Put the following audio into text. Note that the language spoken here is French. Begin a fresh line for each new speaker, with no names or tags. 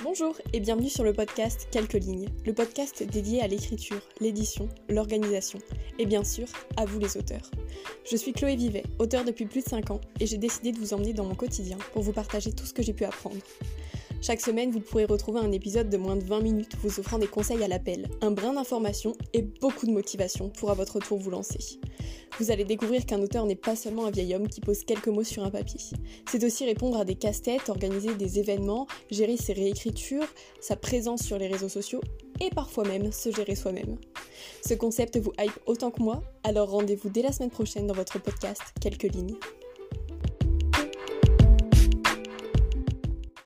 Bonjour et bienvenue sur le podcast Quelques lignes, le podcast dédié à l'écriture, l'édition, l'organisation et bien sûr à vous les auteurs. Je suis Chloé Vivet, auteure depuis plus de 5 ans et j'ai décidé de vous emmener dans mon quotidien pour vous partager tout ce que j'ai pu apprendre. Chaque semaine, vous pourrez retrouver un épisode de moins de 20 minutes vous offrant des conseils à l'appel, un brin d'information et beaucoup de motivation pour à votre tour vous lancer. Vous allez découvrir qu'un auteur n'est pas seulement un vieil homme qui pose quelques mots sur un papier. C'est aussi répondre à des casse-têtes, organiser des événements, gérer ses réécritures, sa présence sur les réseaux sociaux et parfois même se gérer soi-même. Ce concept vous hype autant que moi, alors rendez-vous dès la semaine prochaine dans votre podcast Quelques lignes.